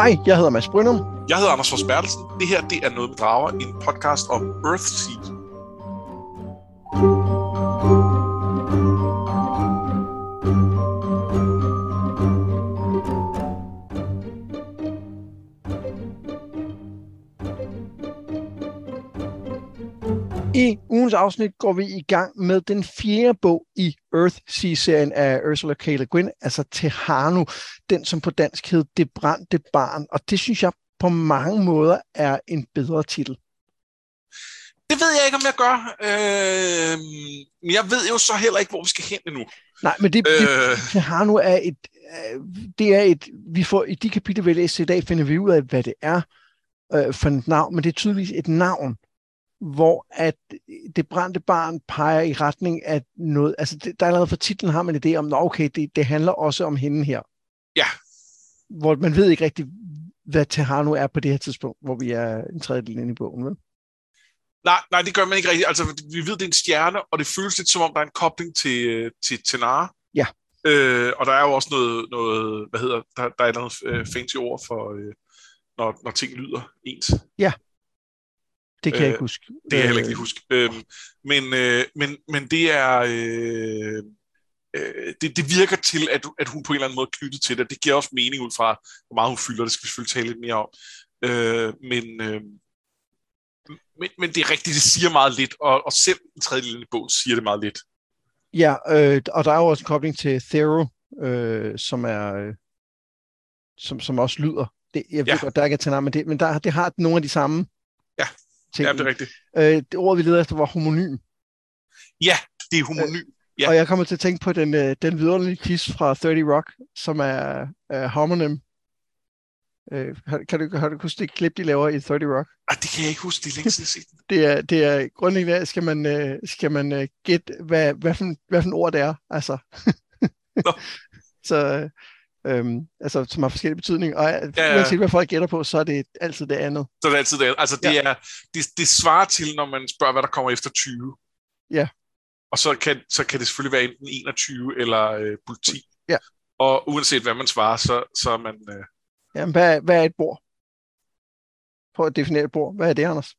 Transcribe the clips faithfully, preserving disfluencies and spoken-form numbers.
Hej, jeg hedder Mads Brynum. Jeg hedder Anders Fors Bertelsen. Det her, det er Noget med Drager, en podcast om Earthsea. I ugens afsnit går vi i gang med den fjerde bog i Earthsea-serien af Ursula K. Le Guin, altså Tehanu, den som på dansk hed Det brændte barn, og det synes jeg på mange måder er en bedre titel. Det ved jeg ikke, om jeg gør, øh, men jeg ved jo så heller ikke, hvor vi skal hen endnu. Nej, men det, øh... det Tehanu er et, det er et, vi får i de kapitler, vi læser i dag, finder vi ud af, hvad det er øh, for et navn, men det er tydeligvis et navn, hvor at det brændte barn peger i retning af noget, altså det, der allerede for titlen har man en idé om, at okay, det, det handler også om hende her. Ja. Hvor man ved ikke rigtig, hvad Tehanu er på det her tidspunkt, hvor vi er en tredjedel inde i bogen, vel? Nej, nej, det gør man ikke rigtigt. Altså, vi ved, det er en stjerne, og det føles lidt som om, der er en kobling til, til Tenare. Ja. Øh, og der er jo også noget, noget hvad hedder, der, der er et eller andet øh, fancy ord for, øh, når, når ting lyder ens. Ja. Det kan øh, jeg ikke huske. Det kan jeg heller ikke lige huske. Øh, men, øh, men, men det er... Øh, øh, det, det virker til, at, at hun på en eller anden måde er knyttet til det. Det giver også mening ud fra, hvor meget hun fylder. Det skal vi selvfølgelig tale lidt mere om. Øh, men, øh, men, men det er rigtigt, det siger meget lidt. Og, og selv en tredje lille bog siger det meget lidt. Ja, øh, og der er jo også en kobling til Thero, øh, som er... Øh, som, som også lyder. Det, jeg ved ja. godt, der ikke er til men, det, men der, det har nogle af de samme... Ja. Ja, det er rigtigt. Øh, det ord, vi leder efter, var homonym. Ja, det er homonym. Øh, ja. Og jeg kommer til at tænke på den, øh, den vidunderlige quiz fra tredive Rock, som er øh, homonym. Øh, kan du, har du huske det klip, de laver i tredive Rock? Ah, det kan jeg ikke huske, det er længe siden set. det, er, det er grundlæggende, skal man, øh, skal man øh, gætte, hvad, hvad, for, hvad for en ord det er. Altså. Så... Øhm, altså, som har forskellige betydning, og ja, ja. Uanset hvad folk gætter på, så er det altid det andet. Så er det altid det andet. Altså, det, ja. er, det, det svarer til, når man spørger, hvad der kommer efter tyve. Ja. Og så kan, så kan det selvfølgelig være enten enogtyve eller øh, politi. Ja. Og uanset hvad man svarer, så, så er man... Øh... Jamen, hvad, hvad er et bord? Prøv at definere et bord. Hvad er det, Anders?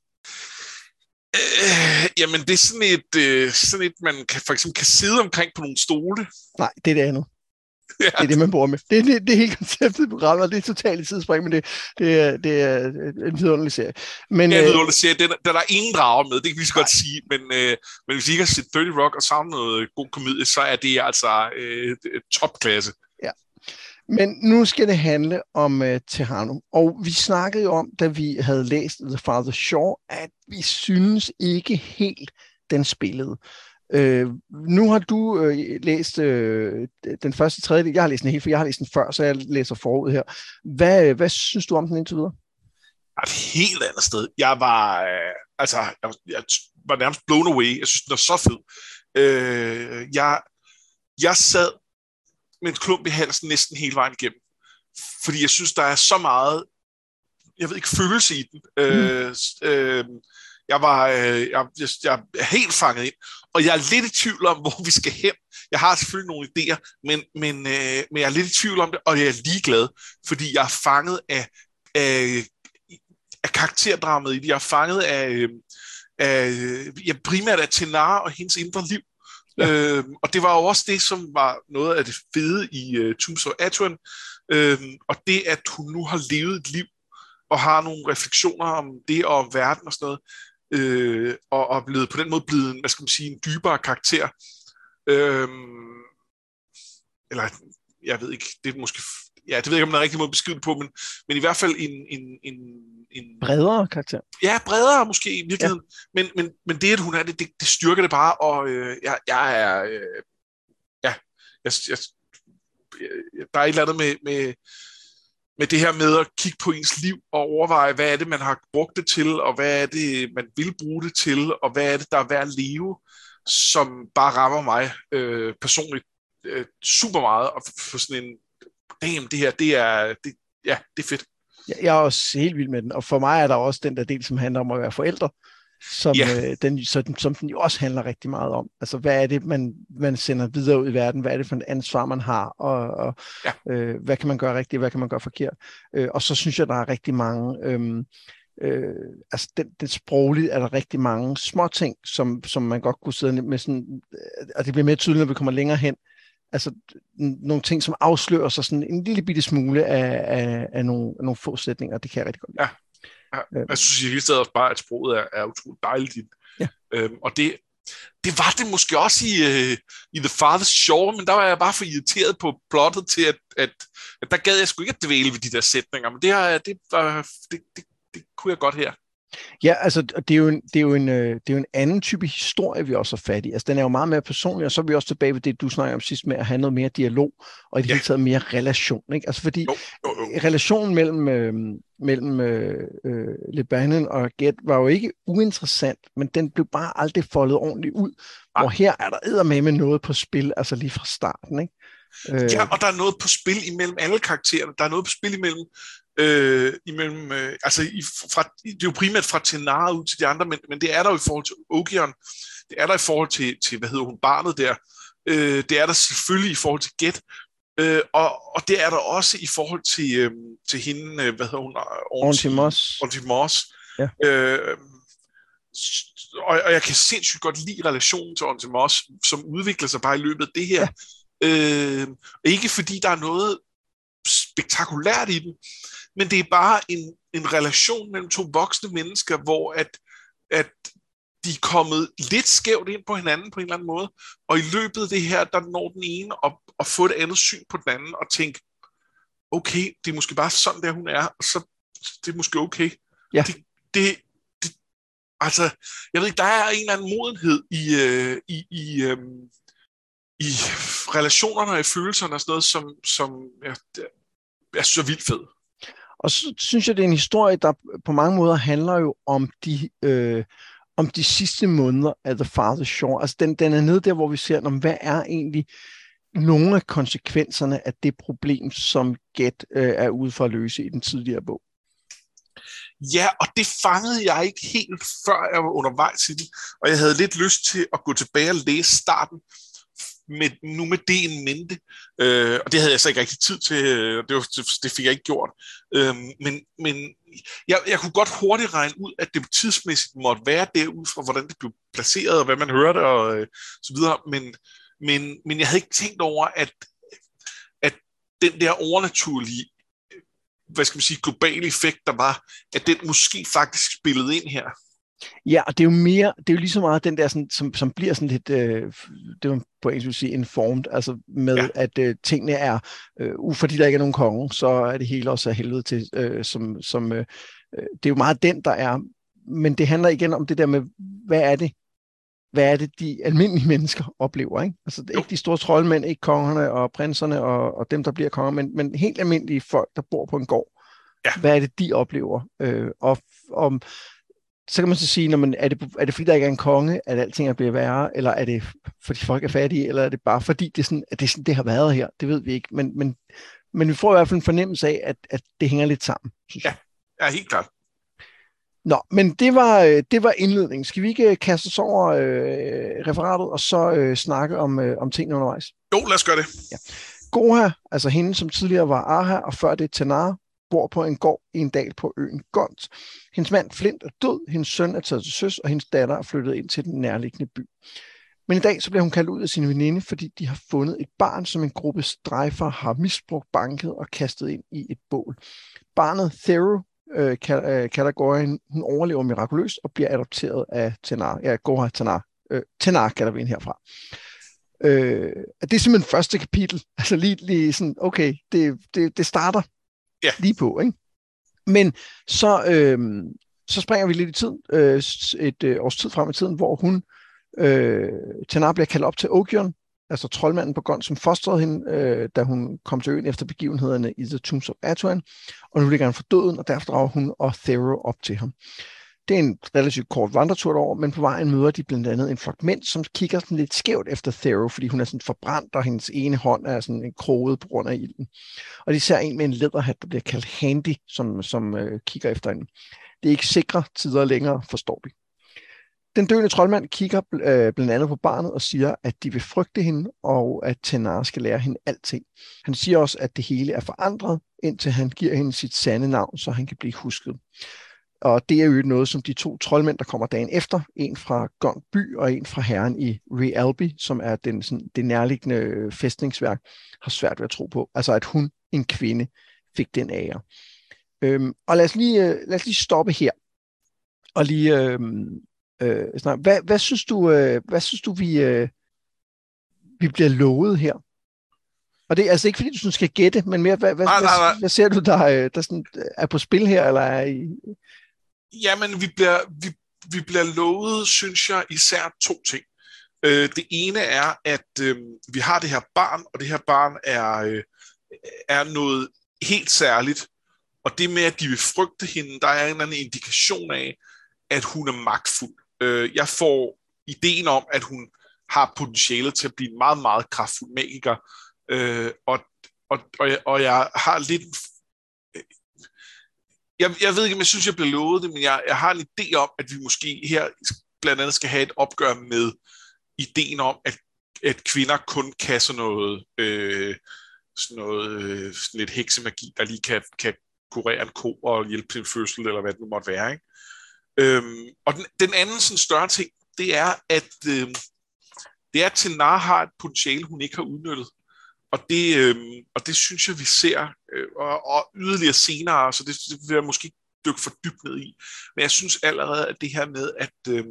Øh, jamen, det er sådan et, øh, sådan et, man kan, for eksempel kan sidde omkring på nogle stole. Nej, det er det andet. Ja. Det er det, man bor med. Det er, det, det er hele konceptet i programmet, og det er totalt i sidespring, men det, det, er, det er en vidunderlig serie. Men, ja, en vidunderlig serie. Den, der er ingen drager med, det kan vi så godt sige, men, øh, men hvis I ikke har set tredive Rock og savnet noget god komedie, så er det altså øh, topklasse. Ja. Men nu skal det handle om uh, Tehanu, og vi snakkede jo om, da vi havde læst The Farther Shore, at vi synes ikke helt, den spillede. Øh, nu har du øh, læst øh, den første tredje, jeg har læst den helt, for jeg har læst den før, så jeg læser forud her. Hvad, hvad synes du om den indtil videre? Et helt andet sted. Jeg var, øh, altså, jeg, jeg var nærmest blown away. Jeg synes, den var så fed. Øh, jeg, jeg sad med en klump i halsen næsten hele vejen igennem, fordi jeg synes, der er så meget, jeg ved ikke, følelse i den. Mm. Øh, øh, Jeg var øh, jeg, jeg, jeg er helt fanget ind, og jeg er lidt i tvivl om, hvor vi skal hen. Jeg har selvfølgelig nogle idéer, men, men, øh, men jeg er lidt i tvivl om det, og jeg er ligeglad, fordi jeg er fanget af, af, af karakterdramaet i det. Jeg er fanget af, af ja, primært af Tenare og hendes indre liv. Ja. Øh, og det var jo også det, som var noget af det fede i uh, Tombs of Atuan, øh, og det, at hun nu har levet et liv, og har nogle refleksioner om det og om verden og sådan noget, øh, og, og blevet, på den måde blevet en, hvad skal man sige, en dybere karakter. Øh, eller, jeg ved ikke, det er måske, ja, det ved jeg ikke, om der er rigtig måde at beskrive det på, men, men i hvert fald en, en, en, en... Bredere karakter. Ja, bredere måske i virkeligheden, ja. men, men, men det, at hun er det, det, det styrker det bare, og øh, jeg, jeg er, øh, ja, jeg, jeg, der er et eller andet med, med med det her med at kigge på ens liv og overveje, hvad er det, man har brugt det til, og hvad er det, man vil bruge det til, og hvad er det, der er værd at leve, som bare rammer mig øh, personligt øh, super meget, og for sådan en, damn, det her, det er, det, ja, det er fedt. Jeg er også helt vild med den, og for mig er der også den der del, som handler om at være forældre. som, Ja. øh, den, så den, som den jo også handler rigtig meget om. Altså, hvad er det, man, man sender videre ud i verden? Hvad er det for et ansvar, man har? Og, og Ja. øh, hvad kan man gøre rigtigt? Hvad kan man gøre forkert? Øh, og så synes jeg, der er rigtig mange... Øh, Øh, altså den, den sprogligt er der rigtig mange små ting, som, som man godt kunne sidde med sådan, og det bliver mere tydeligt, når vi kommer længere hen. Altså n- nogle ting, som afslører sig sådan en lille bitte smule af, af, af, nogle, af nogle få sætninger, det kan jeg rigtig godt lide. Ja. Ja. Jeg synes i hele stedet også bare, at sproget er, er utroligt dejligt. Ja. Øhm, og det, det var det måske også i, øh, i The Farthest Shore, men der var jeg bare for irriteret på plottet til, at, at, at der gad jeg sgu ikke at dvæle ved de der sætninger, men det, her, det, var, det, det det kunne jeg godt her. Ja, altså det er jo en, det er jo en, det er jo en anden type historie, vi også har fat i. Altså den er jo meget mere personlig, og så er vi også tilbage ved det, du snakker om sidst med at have noget mere dialog, og i det ja. hele taget mere relation. Ikke? Altså fordi jo, jo, jo. relationen mellem, øh, mellem øh, øh, LeBanon og Ged var jo ikke uinteressant, men den blev bare aldrig foldet ordentligt ud. Ja. Hvor her er der eddermame noget på spil, altså lige fra starten. Ikke? Øh... Ja, og der er noget på spil imellem alle karaktererne. Der er noget på spil imellem Øh, imellem, øh, altså i, fra, det er jo primært fra Tenara ud til de andre, men, men det er der jo i forhold til Ogion, det er der i forhold til, til hvad hedder hun, barnet der, øh, det er der selvfølgelig i forhold til Ged, øh, og, og det er der også i forhold til, øh, til hende, øh, hvad hedder hun, Auntie Moss. Auntie Moss. Ja. Øh, og, og jeg kan sindssygt godt lide relationen til Auntie Moss, som udvikler sig bare i løbet af det her. Ja. Øh, ikke fordi der er noget spektakulært i den, men det er bare en, en relation mellem to voksne mennesker, hvor at, at de er kommet lidt skævt ind på hinanden på en eller anden måde, og i løbet af det her, der når den ene at, at få et andet syn på den anden, og tænke, okay, det er måske bare sådan, der hun er, og så det er måske okay. Ja. Det, det, det, altså, jeg ved ikke, der er en eller anden modenhed i, øh, i, i, øh, i relationerne og i følelserne og sådan noget, som, som jeg, jeg synes er vildt fed. Og så synes jeg, det er en historie, der på mange måder handler jo om de, øh, om de sidste måneder af The Farthest Shore. Altså den, den er nede der, hvor vi ser, om hvad er egentlig nogle af konsekvenserne af det problem, som Ged øh, er ude for at løse i den tidligere bog. Ja, og det fangede jeg ikke helt, før jeg var undervejs i det, og jeg havde lidt lyst til at gå tilbage og læse starten, med, nu med det en mente, øh, og det havde jeg så ikke rigtig tid til, det, var, det fik jeg ikke gjort, øh, men, men jeg, jeg kunne godt hurtigt regne ud, at det tidsmæssigt måtte være derud fra, hvordan det blev placeret, og hvad man hørte, og øh, så videre, men, men, men jeg havde ikke tænkt over, at, at den der overnaturlige, hvad skal man sige, globale effekt, der var, at den måske faktisk spillede ind her. Ja, og det er jo mere, det er jo lige så meget den der, sådan, som, som bliver sådan lidt, øh, det var på engelsk vil sige, informed, altså med, ja. at øh, tingene er, øh, fordi der ikke er nogen konge, så er det hele også af helvede til, øh, som, som øh, det er jo meget den, der er, men det handler igen om det der med, hvad er det, hvad er det, de almindelige mennesker oplever, ikke? Altså det er ikke de store troldmænd, ikke kongerne og prinserne og, og dem, der bliver konger, men, men helt almindelige folk, der bor på en gård. Ja. Hvad er det, de oplever? Øh, og om så kan man så sige, når man, er, det, er det fordi, der ikke er en konge, at alting er blevet værre, eller er det fordi folk er fattige, eller er det bare fordi, det, er sådan, at det, sådan, det har været her? Det ved vi ikke, men, men, men vi får i hvert fald en fornemmelse af, at, at det hænger lidt sammen, synes jeg. Ja, ja, helt klart. Nå, men det var, det var indledningen. Skal vi ikke kaste os over øh, referatet, og så øh, snakke om, øh, om tingene undervejs? Jo, lad os gøre det. Ja. Goha, altså hende, som tidligere var Aha, og før det Tenara, bor på en gård i en dal på øen Gont. Hendes mand Flint er død, hendes søn er taget til søs, og hendes datter er flyttet ind til den nærliggende by. Men i dag så bliver hun kaldt ud af sin veninde, fordi de har fundet et barn, som en gruppe strejfer har misbrugt, banket og kastet ind i et bål. Barnet Thero, øh, kalder Gorin, hun overlever mirakuløst og bliver adopteret af Tenara. Ja, Goha Tenara. Øh, Tenara kalder vi hende herfra. Øh, det er simpelthen første kapitel. Altså lige, lige sådan, okay, det, det, det starter ja. lige på, ikke? Men så, øh, så springer vi lidt i tiden, øh, et øh, års tid frem i tiden, hvor hun, øh, Tenara bliver kaldt op til Ogion, altså troldmanden på Gont, som fostrede hende, øh, da hun kom til øen efter begivenhederne i The Tombs of Atuan, og nu ligger han for døden, og derfor drager hun og Thero op til ham. Det er en relativt kort vandretur derover, men på vejen møder de blandt andet en fragment, som kigger sådan lidt skævt efter Thero, fordi hun er sådan forbrændt, og hendes ene hånd er sådan kroget på grund af ilden. Og de ser en med en læderhat, der bliver kaldt Handy, som, som øh, kigger efter hende. Det er ikke sikre tider længere, forstår vi. Den døende troldmand kigger øh, blandt andet på barnet og siger, at de vil frygte hende, og at Tenar skal lære hende alting. Han siger også, at det hele er forandret, indtil han giver hende sit sande navn, så han kan blive husket. Og det er jo noget, som de to troldmænd, der kommer dagen efter, en fra Gond by og en fra herren i Realby, som er den, sådan, det nærliggende fæstningsværk, har svært ved at tro på. Altså, at hun, en kvinde, fik den ære. Øhm, og lad os, lige, øh, lad os lige stoppe her. Og lige øh, øh, snakke. Hvad, hvad synes du, øh, hvad synes du vi, øh, vi bliver lovet her? Og det er altså ikke, fordi du sådan skal gætte, men mere, hvad, hvad, nej, nej, nej. hvad, hvad ser du, der, der sådan, er på spil her, eller er i... Jamen, vi bliver, vi, vi bliver lovet, synes jeg, især to ting. Øh, det ene er, at øh, vi har det her barn, og det her barn er, øh, er noget helt særligt. Og det med, at de vil frygte hende, der er en eller anden indikation af, at hun er magtfuld. Øh, jeg får ideen om, at hun har potentiale til at blive en meget, meget kraftfuld magiker. Øh, og, og, og, jeg, og jeg har lidt... Jeg, jeg ved ikke, om jeg synes, jeg bliver lovet det, men jeg, jeg har en idé om, at vi måske her blandt andet skal have et opgør med ideen om, at, at kvinder kun kan sådan noget, øh, sådan noget øh, sådan lidt heksemagi, der lige kan, kan kurere en ko og hjælpe til en fødsel, eller hvad det nu måtte være. Ikke? Øhm, og den, den anden sådan større ting, det er, at øh, det er, at Tenar har et potentiale, hun ikke har udnyttet. Og det, øh, og det synes jeg, vi ser, øh, og, og yderligere senere, så det, det vil jeg måske dykke for dybt ned i. Men jeg synes allerede, at det her med, at, øh,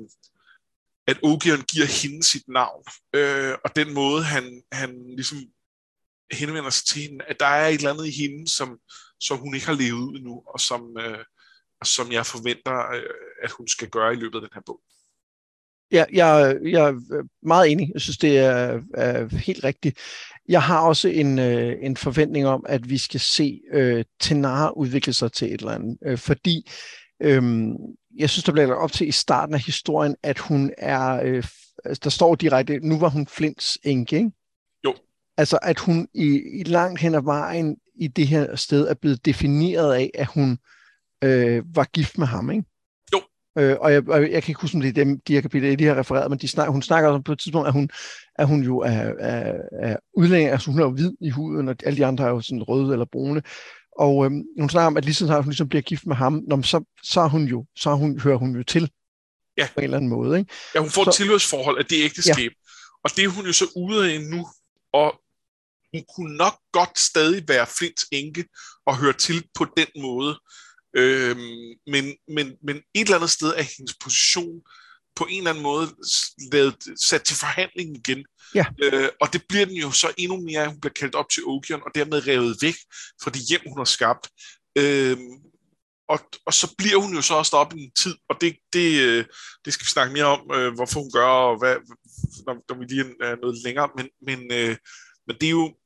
at Ogion giver hende sit navn, øh, og den måde, han, han ligesom henvender sig til hende, at der er et eller andet i hende, som, som hun ikke har levet ud endnu, og som, øh, som jeg forventer, øh, at hun skal gøre i løbet af den her bog. Ja, jeg, jeg er meget enig. Jeg synes, det er, er helt rigtigt. Jeg har også en, øh, en forventning om, at vi skal se øh, Tenar udvikle sig til et eller andet. Øh, fordi øh, jeg synes, der bliver lagt op til i starten af historien, at hun er, øh, der står direkte, nu var hun Flints enke, ikke? Jo. Altså, at hun i, i langt hen ad vejen i det her sted er blevet defineret af, at hun øh, var gift med ham, ikke? Øh, og, jeg, og jeg kan ikke huske, om det er dem, de her kapitler, de har refereret, men de snak, hun snakker også på et tidspunkt, at hun, at hun jo er, er, er udlænding, altså hun er jo hvid i huden, og alle de andre er jo sådan røde eller brune. Og øhm, hun snakker om, at lige så snart hun ligesom bliver gift med ham, når, så, så, er hun jo, så er hun, hører hun jo til ja. På en eller anden måde. Ikke? Ja, hun får så, et tilhørsforhold af det ægteskab, ja. Og det er hun jo så ude af nu, og hun kunne nok godt stadig være Flints enke og høre til på den måde. Øhm, men, men, men et eller andet sted er hendes position på en eller anden måde lavet, sat til forhandling igen. Ja. Øh, og det bliver den jo så endnu mere, at hun bliver kaldt op til Ogion, og dermed revet væk fra det hjem, hun har skabt. Øhm, og, og så bliver hun jo så også deroppe i en tid, og det, det, det skal vi snakke mere om, øh, hvorfor hun gør, og hvad, når, når vi lige er noget længere. Men, men, øh, men, det er jo,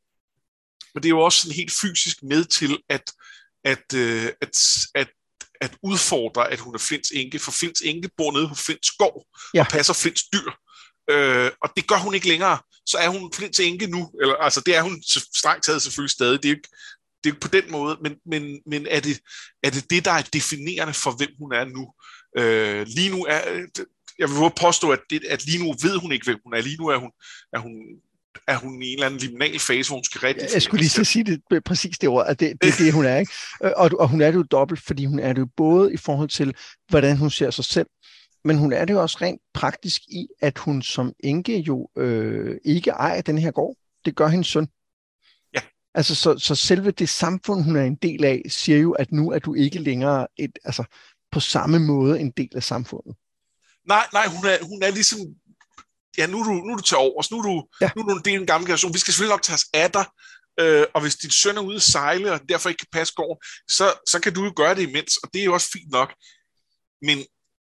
men det er jo også sådan helt fysisk med til, at At, øh, at, at, at udfordre, at hun er Flints enke, for Flints enke bor nede på Flints gård, ja. Og passer Flints dyr. Øh, og det gør hun ikke længere. Så er hun Flints enke nu. Eller, altså, det er hun strengt taget selvfølgelig stadig. Det er jo ikke, det er ikke på den måde, men, men, men er, det, er det det, der er definerende for, hvem hun er nu? Øh, lige nu er... Jeg vil påstå, at, det, at lige nu ved hun ikke, hvem hun er. Lige nu er hun... Er hun er hun i en eller anden liminal fase, hvor hun skal rigtig... Jeg skulle lige så sige det præcis det ord, at det, det er det, hun er, ikke? Og, og hun er det jo dobbelt, fordi hun er det jo både i forhold til, hvordan hun ser sig selv, men hun er det jo også rent praktisk i, at hun som enke jo øh, ikke ejer den her gård. Det gør hendes søn. Ja. Altså, så, så selve det samfund, hun er en del af, siger jo, at nu er du ikke længere et, altså, på samme måde en del af samfundet. Nej, nej, hun er, hun er ligesom... Ja, nu er du, nu er du til overs, nu er du, ja. nu er du en del af en gammel generation. Vi skal selvfølgelig nok tage os af dig, øh, og hvis din søn er ude at sejle, og derfor ikke kan passe gården, så, så kan du jo gøre det imens, og det er jo også fint nok. Men,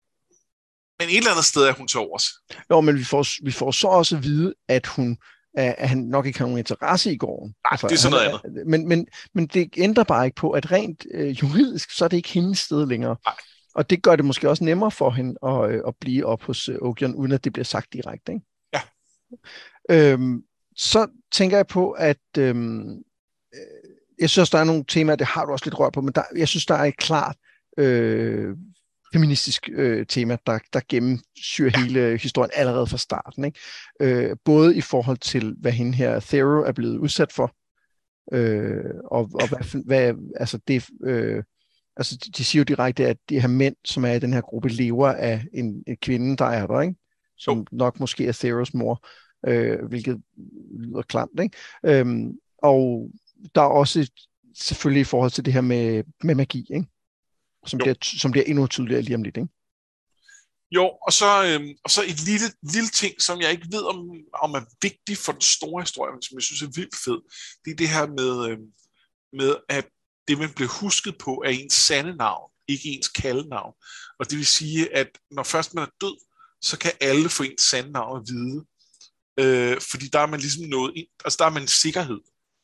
men et eller andet sted er hun til overs. Jo, men vi får, vi får så også at vide, at hun at han nok ikke har nogen interesse i gården. Nej, altså, det er sådan noget andet. Men, men, men det ændrer bare ikke på, at rent øh, juridisk, så er det ikke hendes sted længere. Nej. Og det gør det måske også nemmere for hende at, øh, at blive op hos øh, Ogion, uden at det bliver sagt direkte. Ikke? Ja. Øhm, så tænker jeg på, at øhm, øh, jeg synes, der er nogle temaer, det har du også lidt rørt på, men der, jeg synes, der er et klart øh, feministisk øh, tema, der, der gennemsyrer ja. hele historien allerede fra starten. Ikke? Øh, både i forhold til, hvad hende her Thero er blevet udsat for, øh, og, og hvad, hvad altså det... Øh, altså de siger jo direkte, at de her mænd, som er i den her gruppe, lever af en, en kvinde, der er der, ikke? Som jo. nok måske er Theros mor, øh, hvilket lyder klamt, ikke? Øhm, og der er også selvfølgelig i forhold til det her med, med magi, ikke? Som, bliver, som bliver endnu tydeligere lige om lidt, ikke? Jo, og så, øhm, og så et lille, lille ting, som jeg ikke ved, om, om er vigtigt for den store historie, men som jeg synes er vildt fed. Det er det her med, øhm, med at det, man bliver husket på, er ens sande navn, ikke ens kaldenavn. Og det vil sige, at når først man er død, så kan alle få ens sande navn at vide. Øh, fordi der er man ligesom noget, altså der er man en sikkerhed.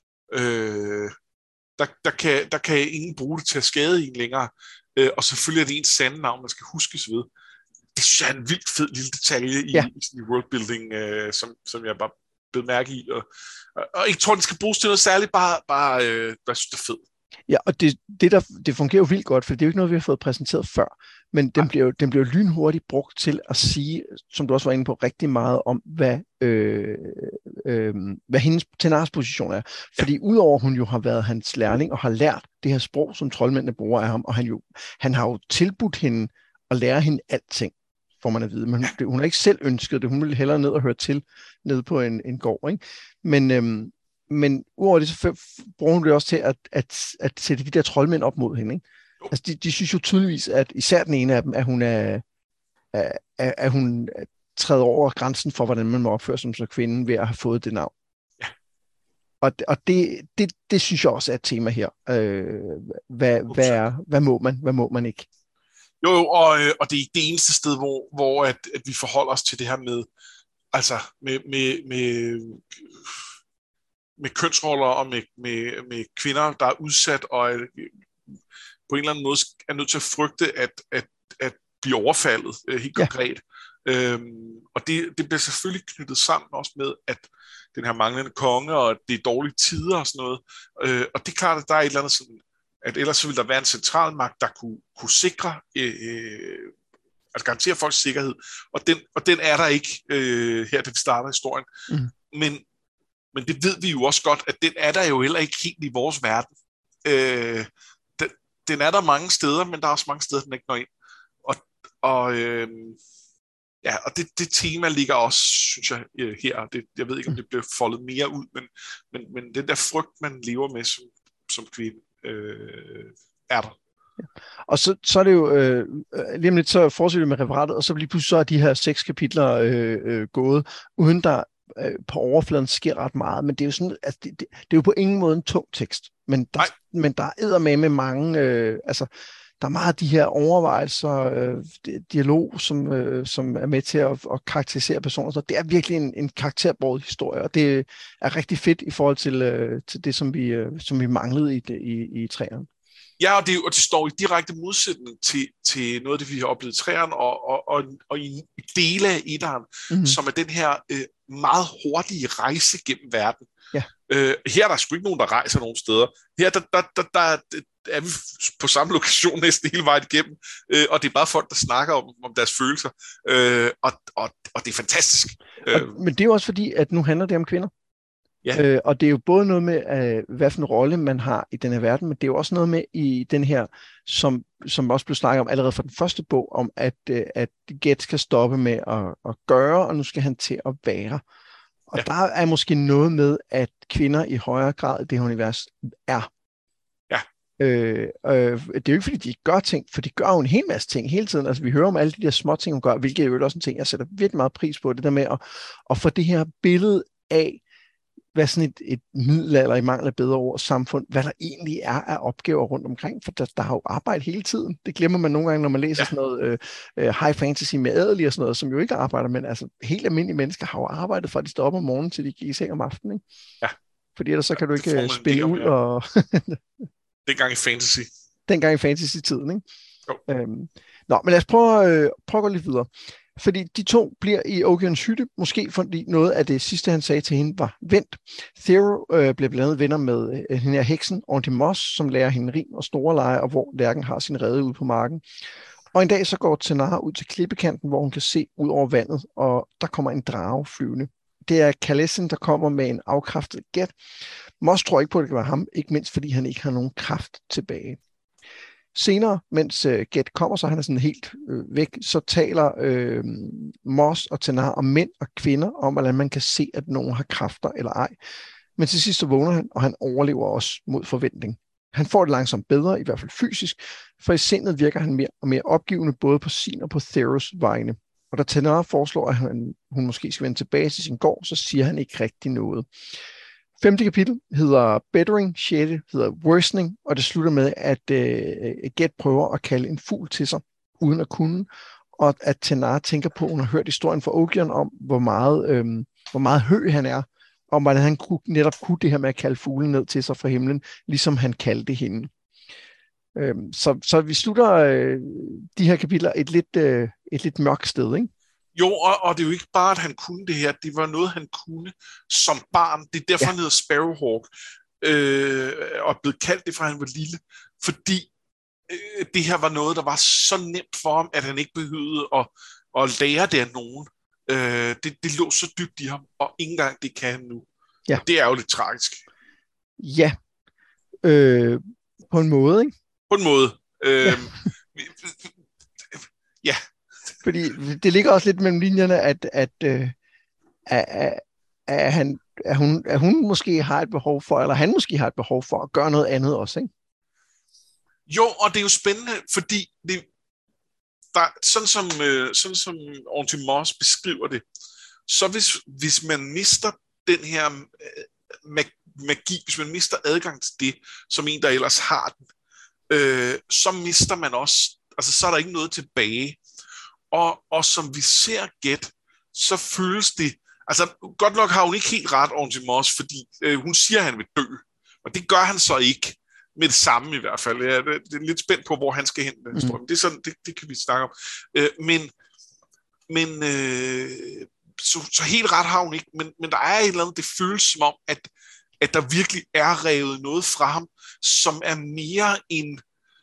Øh, der, der, kan, der kan ingen bruge det til at skade en længere. Øh, og selvfølgelig er det ens sande navn, man skal huskes ved. Det synes jeg er en vildt fed lille detalje i, ja. i, i worldbuilding, øh, som, som jeg bare blev mærke i. Og, og, og jeg tror, den skal bruges til noget særligt, bare, bare øh, jeg synes, det er fedt. Ja, og det, det, der, det fungerer jo vildt godt, for det er jo ikke noget, vi har fået præsenteret før, men den bliver, jo, den bliver jo lynhurtigt brugt til at sige, som du også var inde på, rigtig meget om, hvad, øh, øh, hvad hendes Tenars position er. Fordi ja. udover hun jo har været hans lærling og har lært det her sprog, som troldmændene bruger af ham, og han, jo, han har jo tilbudt hende at lære hende alting, får man at vide. Men hun, hun har ikke selv ønsket det, hun ville hellere ned og høre til, ned på en, en gård, ikke? Men... Øh, Men udover det, så bruger hun det også til at, at, at sætte de der troldmænd op mod hende. Ikke? Altså, de, de synes jo tydeligvis, at især den ene af dem, at hun er, at, at hun træder over grænsen for, hvordan man må opføre sig som kvinde ved at have fået det navn. Ja. Og, og det, det, det synes jeg også er et tema her. Øh, hvad, hvad, er, hvad må man, hvad må man ikke? Jo, jo og, og det er ikke det eneste sted, hvor, hvor at, at vi forholder os til det her med, altså med, med, med med kønsroller og med, med, med kvinder, der er udsat og er, på en eller anden måde er nødt til at frygte at, at, at blive overfaldet, helt ja. konkret. Øhm, og det, det bliver selvfølgelig knyttet sammen også med, at den her manglende konge, og at det er dårlige tider og sådan noget. Øh, og det er klart, at der er et eller andet sådan, at ellers så vil der være en centralmagt, der kunne, kunne sikre, øh, altså garantere folks sikkerhed. Og den, og den er der ikke øh, her, da vi starter historien. Mm. Men Men det ved vi jo også godt, at den er der jo heller ikke helt i vores verden. Øh, den, den er der mange steder, men der er også mange steder, den ikke når ind. Og, og, øh, ja, og det, det tema ligger også, synes jeg, her. Det, jeg ved ikke, om det bliver foldet mere ud, men, men, men den der frygt, man lever med som, som kvinde, øh, er der. Og så, så er det jo, øh, lige om lidt, så fortsætter vi med referatet, og så lige pludselig så er de her seks kapitler øh, øh, gået, uden der på overfladen sker ret meget, men det er jo sådan, altså det, det, det er jo på ingen måde en tung tekst, men der, men der er eddermame med mange, øh, altså der er meget af de her overvejelser, øh, dialog, som, øh, som er med til at, at karakterisere personer, så det er virkelig en, en karakterbåret historie, og det er rigtig fedt i forhold til, øh, til det, som vi, øh, som vi manglede i, i, i træerne. Ja, og det, og det står i direkte modsætning til, til noget af det, vi har oplevet i træerne, og, og, og, og i dele af etteren, mm-hmm. som er den her øh, meget hurtige rejse gennem verden. Ja. Øh, her er der sgu ikke nogen, der rejser nogen steder. Her der, der, der, der er vi på samme lokation næsten hele vejen igennem, øh, og det er bare folk, der snakker om, om deres følelser, øh, og, og, og det er fantastisk. Og, men det er jo også fordi, at nu handler det om kvinder. Ja. Øh, og det er jo både noget med, øh, hvad for en rolle man har i den her verden, men det er jo også noget med i den her, som, som også blev snakket om allerede fra den første bog, om at, øh, at Get skal stoppe med at, at gøre, og nu skal han til at være. Og ja. Der er måske noget med, at kvinder i højere grad i det her univers er. Ja. Øh, øh, det er jo ikke, fordi de ikke gør ting, for de gør jo en hel masse ting hele tiden. Altså, vi hører om alle de der små ting, hun gør, hvilket er jo også en ting, jeg sætter virkelig meget pris på, det der med at, at få det her billede af, hvad sådan et, et middelalder, i mangel af bedre ord, samfund, hvad der egentlig er af opgaver rundt omkring, for der, der har jo arbejde hele tiden. Det glemmer man nogle gange, når man læser ja. sådan noget øh, high fantasy med adelige og sådan noget, som jo ikke arbejder, men altså helt almindelige mennesker har jo arbejdet fra, at de står op om morgenen, til de gik i seng om aftenen. Ikke? Ja. Fordi ellers så kan du ikke spille ud og... Dengang i fantasy. Dengang i fantasy-tiden, ikke? Jo. Øhm, nå, men lad os prøve, øh, prøve at gå lidt videre. Fordi de to bliver i Ogions hytte, måske fordi noget af det sidste, han sagde til hende, var vendt. Thero øh, bliver blandt andet venner med øh, hende her heksen, Auntie Moss, som lærer hende rim og store lege, og hvor Lærken har sin rede ude på marken. Og en dag så går Tanara ud til klippekanten, hvor hun kan se ud over vandet, og der kommer en drage flyvende. Det er Khaleesi, der kommer med en afkræftet Get. Moss tror ikke på, at det kan være ham, ikke mindst fordi han ikke har nogen kraft tilbage. Senere, mens uh, Get kommer, så han er sådan helt øh, væk, så taler øh, Moss og Tanara om mænd og kvinder, om hvordan man kan se, at nogen har kræfter eller ej. Men til sidst så vågner han, og han overlever også mod forventning. Han får det langsomt bedre, i hvert fald fysisk, for i sindet virker han mere og mere opgivende, både på sin og på Theros vegne. Og da Tanara foreslår, at han, hun måske skal vende tilbage til sin gård, så siger han ikke rigtig noget. Femte kapitel hedder Bettering, sjette hedder Worsening, og det slutter med, at uh, Get prøver at kalde en fugl til sig, uden at kunne, og at Tanara tænker på, at hun har hørt historien fra Ogion om, hvor meget, øhm, hvor meget høj han er, om hvordan han kunne, netop kunne det her med at kalde fuglen ned til sig fra himlen, ligesom han kaldte hende. Øhm, så, så vi slutter øh, de her kapitler et lidt, øh, et lidt mørkt sted, ikke? Jo, og, og det er jo ikke bare, at han kunne det her. Det var noget, han kunne som barn. Det er derfor, ja. Han hedder Sparrowhawk, øh, og blevet kaldt det, fra han var lille. Fordi øh, det her var noget, der var så nemt for ham, at han ikke behøvede at, at lære det af nogen. Øh, det, det lå så dybt i ham, og ikke engang det kan han nu. Ja. Det er jo lidt tragisk. Ja, øh, på en måde, ikke? På en måde. Øh, ja. ja. Fordi det ligger også lidt mellem linjerne, at, at, øh, at, at, han, at, hun, at hun måske har et behov for, eller han måske har et behov for at gøre noget andet også, ikke? Jo, og det er jo spændende, fordi det, der, sådan som, øh, sådan som Auntie Moss beskriver det, så hvis, hvis man mister den her øh, magi, hvis man mister adgang til det, som en, der ellers har den, øh, så mister man også, altså så er der ikke noget tilbage. Og, og som vi ser Get, så føles det, altså godt nok har hun ikke helt ret, Auntie Moss, fordi øh, hun siger, at han vil dø, og det gør han så ikke. Med det samme i hvert fald. Jeg er, det er lidt spændt på, hvor han skal hen. Den mm. Det, er sådan, det, det kan vi snakke om. Øh, men men øh, så, så helt ret har hun ikke. Men, men der er et eller andet, det føles som om, at, at der virkelig er revet noget fra ham, som er mere en...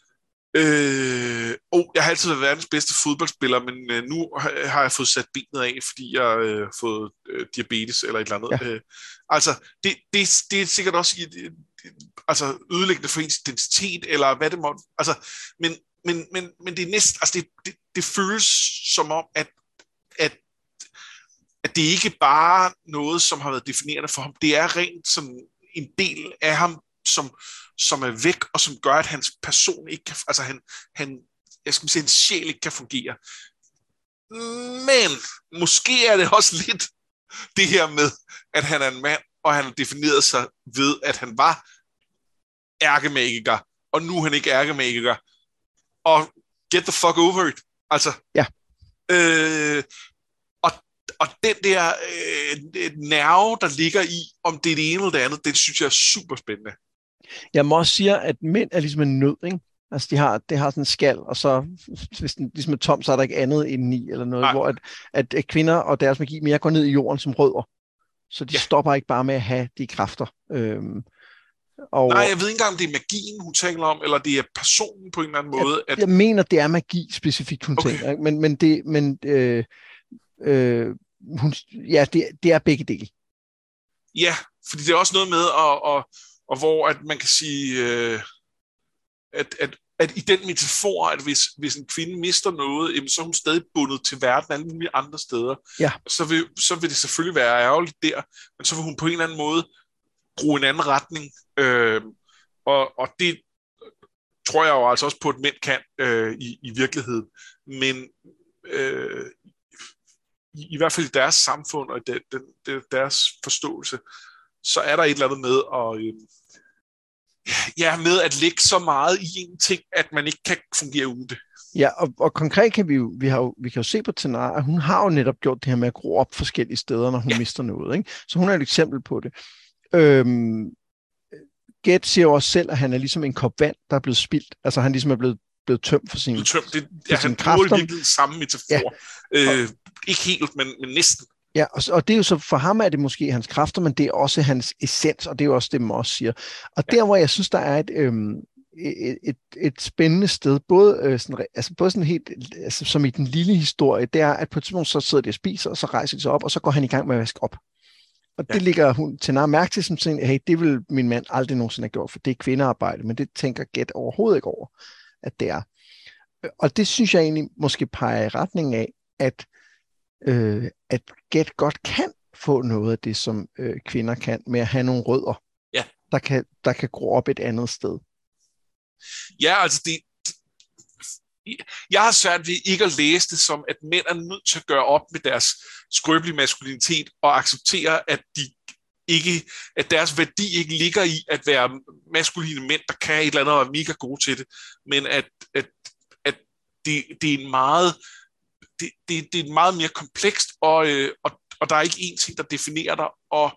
Øh, oh, jeg har altid været verdens bedste fodboldspiller, men øh, nu har jeg fået sat benet af, fordi jeg har øh, fået øh, diabetes eller et eller andet. Ja. Øh, altså, det, det, det er sikkert også øh, altså, ødelæggende for ens identitet, eller hvad det må... Altså, men, men, men, men det er næsten... Altså, det, det, det føles som om, at, at, at det ikke bare er noget, som har været definerende for ham. Det er rent sådan en del af ham, som, som er væk, og som gør, at hans person ikke kan, altså han, han, jeg skal sige, hans sjæl ikke kan fungere. Men måske er det også lidt det her med, at han er en mand, og han har defineret sig ved, at han var ærkemagiker, og nu er han ikke ærkemagiker. Og get the fuck over it. Altså, ja. Øh, og, og den der øh, nerve, der ligger i, om det er det ene eller det andet, den synes jeg er super spændende. Jeg må også sige, at mænd er ligesom en nød, ikke? Altså, de har, det har sådan en skal, og så, hvis den ligesom er tom, så er der ikke andet indeni, eller noget, Nej. hvor at, at, at kvinder og deres magi mere går ned i jorden som rødder. Så de ja. stopper ikke bare med at have de kræfter. Øhm, og, Nej, jeg ved ikke engang, om det er magien, hun taler om, eller det er personen på en eller anden måde. Jeg, at... jeg mener, det er magi specifikt, hun okay. taler, men, men, det, men øh, øh, hun, ja, det, det er begge dele. Ja, fordi det er også noget med, at, og, og hvor at man kan sige, øh, at, at, at i den metafor, at hvis, hvis en kvinde mister noget, jamen, så er hun stadig bundet til verden alle mulige andre steder. Ja. Så, vil, så vil det selvfølgelig være ærgerligt der, men så vil hun på en eller anden måde bruge en anden retning. Øh, og, og det tror jeg jo altså også på, at mænd kan øh, i, i virkeligheden. Men øh, i, i hvert fald i deres samfund og i de, de, de, deres forståelse, så er der et eller andet med at, øh, ja, med at lægge så meget i en ting, at man ikke kan fungere uden det. Ja, og, og konkret kan vi jo, vi, har jo, vi kan jo se på Tanara, at hun har jo netop gjort det her med at gro op forskellige steder, når hun ja. mister noget, ikke? Så hun er et eksempel på det. Øhm, Get siger jo også selv, at han er ligesom en kop vand, der er blevet spildt. Altså han ligesom er blevet, blevet tømt for sine tømt. Det, ja, han bruger virkelig samme metafor. Ja. Øh, ikke helt, men, men næsten. Ja, og, og det er jo så, for ham er det måske hans kræfter, men det er også hans essens, og det er jo også det, man også siger. Og ja. der, hvor jeg synes, der er et, øhm, et, et, et spændende sted, både, øh, sådan, altså, både sådan helt, altså, som i den lille historie, det er, at på et tidspunkt så sidder de og spiser, og så rejser de sig op, og så går han i gang med at vaske op. Og ja. Det ligger hun til nær mærke til, som sådan, hey, det vil min mand aldrig nogensinde have gjort, for det er kvindearbejde, men det tænker Get overhovedet ikke over, at det er. Og det synes jeg egentlig måske peger i retning af, at, øh, at Get godt kan få noget af det, som øh, kvinder kan, med at have nogle rødder, ja. der, kan, der kan gro op et andet sted. Ja, altså det, jeg har svært ved ikke at læse det som, at mænd er nødt til at gøre op med deres skrøbelige maskulinitet og acceptere, at de ikke, at deres værdi ikke ligger i at være maskuline mænd, der kan et eller andet og er mega gode til det, men at, at, at det, det er en meget det, det, det er meget mere komplekst, og, øh, og, og der er ikke én ting, der definerer dig, og,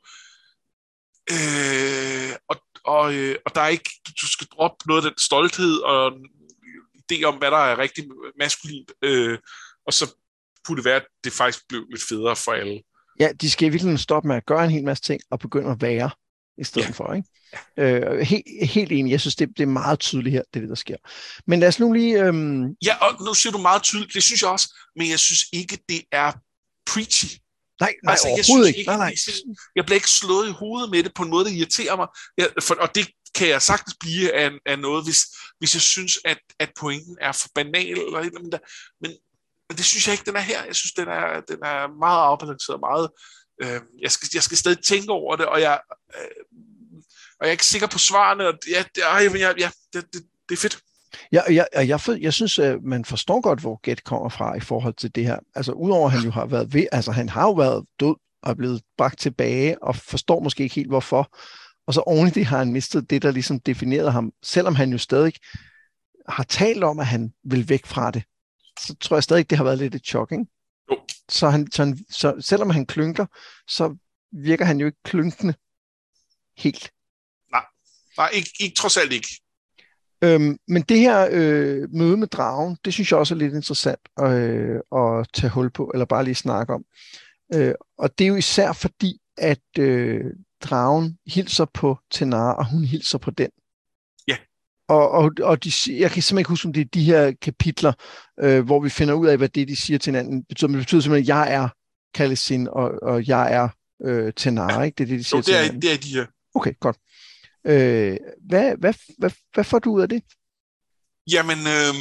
øh, og, og, øh, og der er ikke, du skal droppe noget af den stolthed og idé om, hvad der er rigtig maskulint, øh, og så kunne det være, at det faktisk blev lidt federe for alle. Ja, de skal virkelig stoppe med at gøre en hel masse ting, og begynde at være i stedet ja. for, ikke? Ja. Øh, helt, helt enig, jeg synes, det, det er meget tydeligt her, det er det, der sker. Men lad os nu lige... Øhm... Ja, og nu siger du meget tydeligt, det synes jeg også, men jeg synes ikke, det er preachy. Nej, nej, altså, overhovedet jeg synes, ikke. Nej, nej. Jeg, jeg bliver ikke slået i hovedet med det på en måde, der irriterer mig, jeg, for, og det kan jeg sagtens blive af, af noget, hvis, hvis jeg synes, at, at pointen er for banal, eller et eller andet, men, men det synes jeg ikke, den er her. Jeg synes, den er, den er meget afbalanceret, meget... Øh, jeg, skal, jeg skal stadig tænke over det, og jeg, øh, og jeg er ikke sikker på svarene, og ja, det, øh, ja, ja, det, det, det er fedt. Ja, jeg, jeg, jeg, jeg synes, at man forstår godt, hvor Get kommer fra i forhold til det her. Altså, udover at han jo har været ved, altså han har jo været død og er blevet bragt tilbage, og forstår måske ikke helt, hvorfor. Og så oven i det har han mistet det, der ligesom definerede ham, selvom han jo stadig har talt om, at han vil væk fra det. Så tror jeg stadig, det har været lidt et chok, ikke? Jo. Så, han, så, han, så selvom han klynker, så virker han jo ikke klynkende helt. Nej, nej ikke, ikke trods alt ikke. Øhm, men det her øh, møde med dragen, det synes jeg også er lidt interessant øh, at tage hul på, eller bare lige snakke om. Øh, og det er jo især fordi, at øh, dragen hilser på Tenara, og hun hilser på den. Ja. Og, og, og de, jeg kan simpelthen ikke huske, om det er de her kapitler, øh, hvor vi finder ud af, hvad det, de siger til hinanden, betyder. Men det betyder simpelthen, at jeg er Khaleesi, og, og jeg er øh, Tenara, ikke? Det er det, de siger jo, til det er, hinanden. det er de her. Okay, godt. Øh, hvad, hvad, hvad, hvad får du ud af det? Jamen, øh,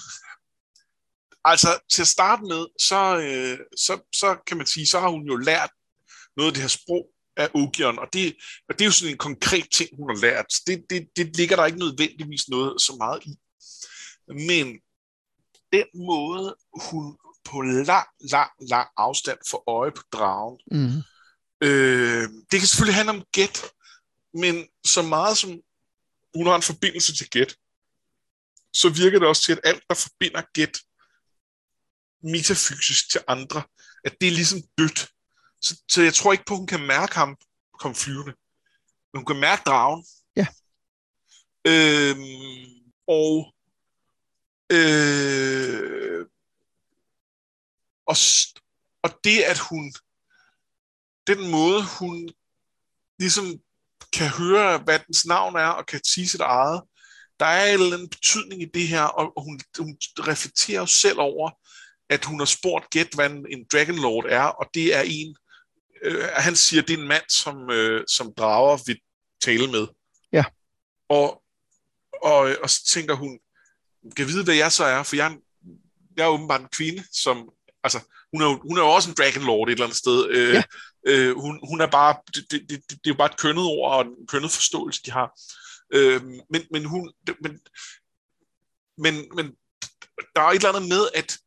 altså til at starte med, så, øh, så, så kan man sige, så har hun jo lært noget af det her sprog af Ogion, og det, og det er jo sådan en konkret ting, hun har lært. Det, det, det ligger der ikke nødvendigvis noget så meget i. Men den måde, hun på lang, lang, lang afstand får øje på dragen, mm. øh, det kan selvfølgelig handle om Get, men så meget som hun har en forbindelse til Get, så virker det også til, at alt, der forbinder Get metafysisk til andre, at det er ligesom dødt. Så, så jeg tror ikke på, at hun kan mærke ham komme flyvende. Men hun kan mærke dragen. Ja. Øhm, og øh, og, og det, at hun den måde, hun ligesom kan høre, hvad dens navn er, og kan sige sit eget, der er en eller anden betydning i det her, og hun, hun reflekterer jo selv over, at hun har spurgt Get, hvad en Dragonlord er, og det er en, øh, han siger, det er en mand, som, øh, som drager vil tale med. Ja. Og, og, og så tænker hun, kan vide, hvad jeg så er, for jeg er, en, jeg er åbenbart en kvinde, som, altså, hun er jo, hun er jo også en Dragonlord et eller andet sted. Øh, ja. øh, hun, hun er bare, det, det, det, det er jo bare et kønnet ord, og en kønnet forståelse, de har. Øh, men, men hun, men, men, men der er et eller andet med, at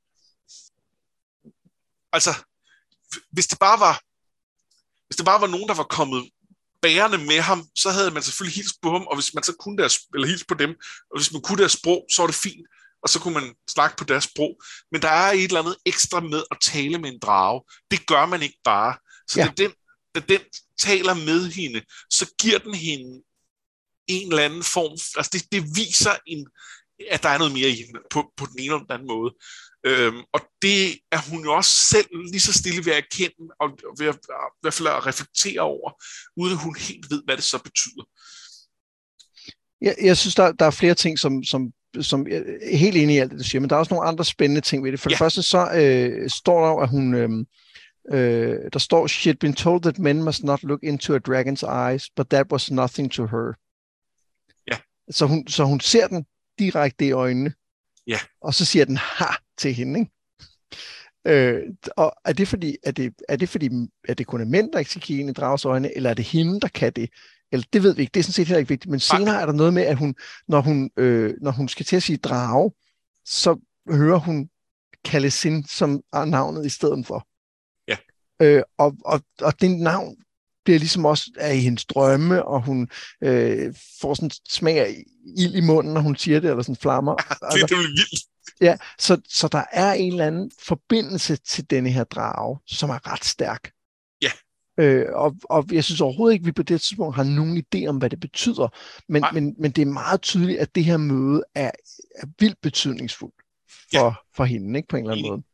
altså, hvis det bare var, hvis det bare var nogen, der var kommet bærende med ham, så havde man selvfølgelig hilst på ham, og hvis man så kunne deres, eller hilst på dem, og hvis man kunne deres sprog, så var det fint, og så kunne man snakke på deres sprog. Men der er et eller andet ekstra med at tale med en drage. Det gør man ikke bare. Så ja. da, den, da den taler med hende, så giver den hende en eller anden form, altså det, det viser, en, at der er noget mere i hende, på, på den ene eller den anden måde. Øhm, og det er hun jo også selv lige så stille ved at erkende, og ved at, i hvert fald at reflektere over, uden at hun helt ved, hvad det så betyder. Jeg, jeg synes, der, der er flere ting, som, som, som jeg er helt enig i alt det, du siger, men der er også nogle andre spændende ting ved det. For ja. det første så øh, står der jo, at hun... Øh, øh, der står, she had been told that men must not look into a dragon's eyes, but that was nothing to her. Ja. Så hun, så hun ser den direkte i øjnene, ja. og så siger den ha til hende, ikke? Øh, og er det fordi, er det, er det fordi, at det kun er mænd, der ikke skal kigge ind i dragens øjne, eller er det hende, der kan det? Eller det ved vi ikke, det er sådan set heller ikke vigtigt, men senere er der noget med, at hun, når hun, øh, når hun skal til at sige drage, så hører hun Khalesin som er navnet i stedet for. Ja. Øh, og, og, og det navn bliver ligesom også af i hendes drømme, og hun øh, får sådan smag af ild i munden, når hun siger det, eller sådan flammer. Ja, det, altså, det er vildt. Ja, så, så der er en eller anden forbindelse til denne her drage, som er ret stærk. Ja. Øh, og, og jeg synes overhovedet ikke, at vi på det tidspunkt har nogen idé om, hvad det betyder. Men, men, men det er meget tydeligt, at det her møde er, er vildt betydningsfuldt for, ja. for hende, ikke, på en eller anden måde.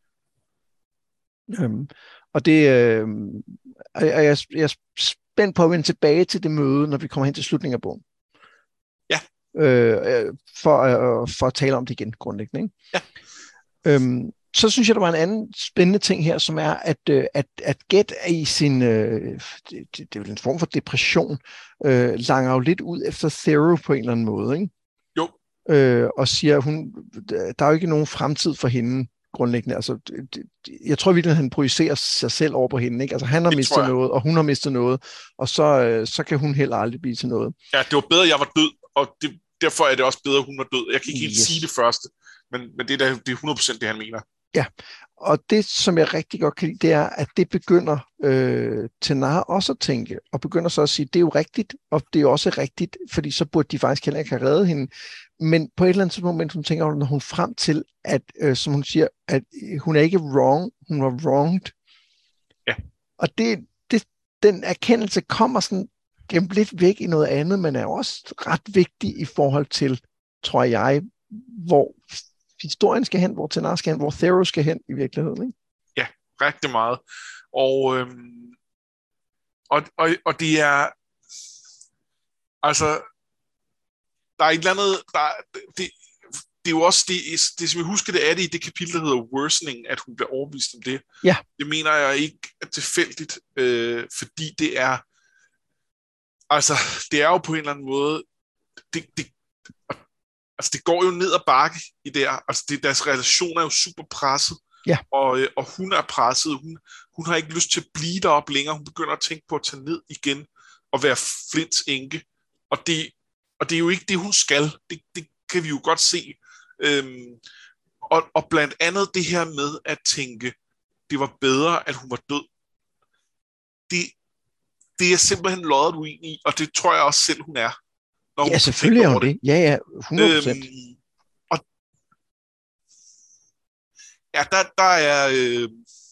Øhm, og det øh, og jeg, jeg er spændt på at vende tilbage til det møde, når vi kommer hen til slutningen af bogen. Ja. Øh, for, øh, for at tale om det igen, grundlæggende. Ikke? Ja. Øhm, så synes jeg, der var en anden spændende ting her, som er, at, øh, at, at Get er i sin, øh, det, det er vel en form for depression, øh, langer jo lidt ud efter Theroux på en eller anden måde, ikke? Jo. Øh, og siger, hun, der er jo ikke nogen fremtid for hende, grundlæggende. Altså, det, jeg tror virkelig, at han projicerer sig selv over på hende, ikke? Altså, han har det mistet noget, og hun har mistet noget, og så, øh, så kan hun heller aldrig blive til noget. Ja, det var bedre, at jeg var død, og det, derfor er det også bedre, at hun var død. Jeg kan ikke helt yes. sige det første, men, men det, er da, det er hundrede procent det, han mener. Ja, og det, som jeg rigtig godt kan lide, det er, at det begynder øh, Tenar også at tænke, og begynder så at sige, det er jo rigtigt, og det er også rigtigt, fordi så burde de faktisk heller ikke have reddet hende. Men på et eller andet moment, hun tænker, når hun frem til, at, øh, som hun siger, at hun er ikke wrong, hun var wronged. Ja. Og det, det, den erkendelse kommer sådan gemt lidt væk i noget andet, men er også ret vigtig i forhold til, tror jeg, hvor historien skal hen, hvor Tenar skal hen, hvor Theroux skal hen i virkeligheden, ikke? Ja, rigtig meget. Og, øhm, og, og, og det er altså der er et eller andet der, det, det er jo også det, det, som jeg husker, det er det i det kapitel, der hedder Worsening, at hun bliver overbevist om det. Ja. Det mener jeg ikke er tilfældigt, øh, fordi det er altså, det er jo på en eller anden måde det, det altså det går jo ned ad bakke i der, altså det, deres relation er jo super presset, ja. og, og hun er presset, hun, hun har ikke lyst til at blive deroppe længere, hun begynder at tænke på at tage ned igen, og være Flints enke, og det, og det er jo ikke det, hun skal, det, det kan vi jo godt se, øhm, og, og blandt andet det her med at tænke, det var bedre, at hun var død, det, det er simpelthen lodret uenig i, og det tror jeg også selv, hun er. Ja, selvfølgelig er hun det. Ja, ja, hundrede procent. Øhm, og ja, der, der er... Øh,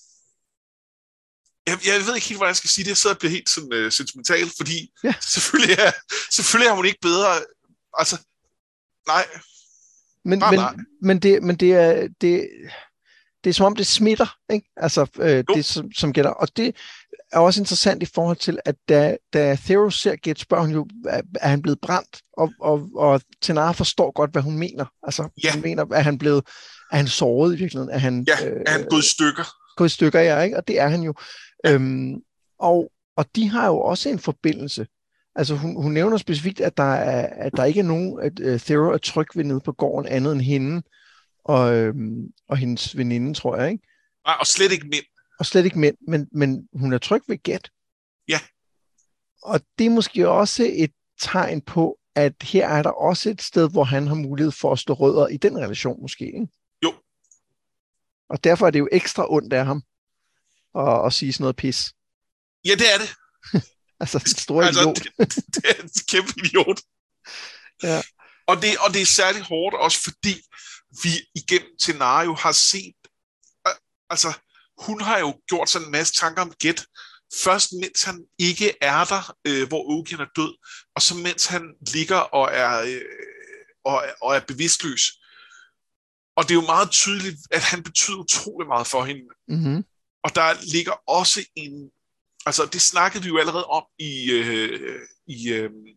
jeg, jeg ved ikke helt, hvordan jeg skal sige det. Jeg sidder og bliver helt sådan, øh, sentimental, fordi ja. selvfølgelig, er, selvfølgelig er hun ikke bedre. Altså, nej. Men, nej, men, nej. men, det, men det er... Det, det er som om, det smitter, ikke? Altså, øh, det som, som gælder. Og det er også interessant i forhold til, at da, da Theroux ser Get, spørger hun jo, er, er han blevet brændt? Og, og, og Tenar forstår godt, hvad hun mener. Altså, ja. hun mener, er han blevet, er han såret i virkeligheden? Er han, ja, øh, er han gået i stykker? Gået i stykker, ja, ikke? Og det er han jo. Ja. Øhm, og, og de har jo også en forbindelse. Altså, hun, hun nævner specifikt, at der, er, at der ikke er nogen, at uh, Theroux er tryg ved nede på gården, andet end hende. Og, øhm, og hendes veninde, tror jeg, ikke? Nej, og slet ikke mænd. Og slet ikke mænd, men, men hun er tryg ved Get. Ja. Og det er måske også et tegn på, at her er der også et sted, hvor han har mulighed for at stå rødder i den relation, måske, ikke? Jo. Og derfor er det jo ekstra ondt af ham at, at sige sådan noget pis. Ja, det er det. altså, en stor altså, idiot. det, det er en kæmpe idiot. Ja. Og det, og det er særligt hårdt også, fordi vi igennem Tenar har set, altså hun har jo gjort sådan en masse tanker om Get, først mens han ikke er der, øh, hvor Ogier er død, og så mens han ligger og er, øh, og, og er bevidstløs. Og det er jo meget tydeligt, at han betyder utrolig meget for hende. Mm-hmm. Og der ligger også en, altså det snakkede vi jo allerede om i, øh, i, øh,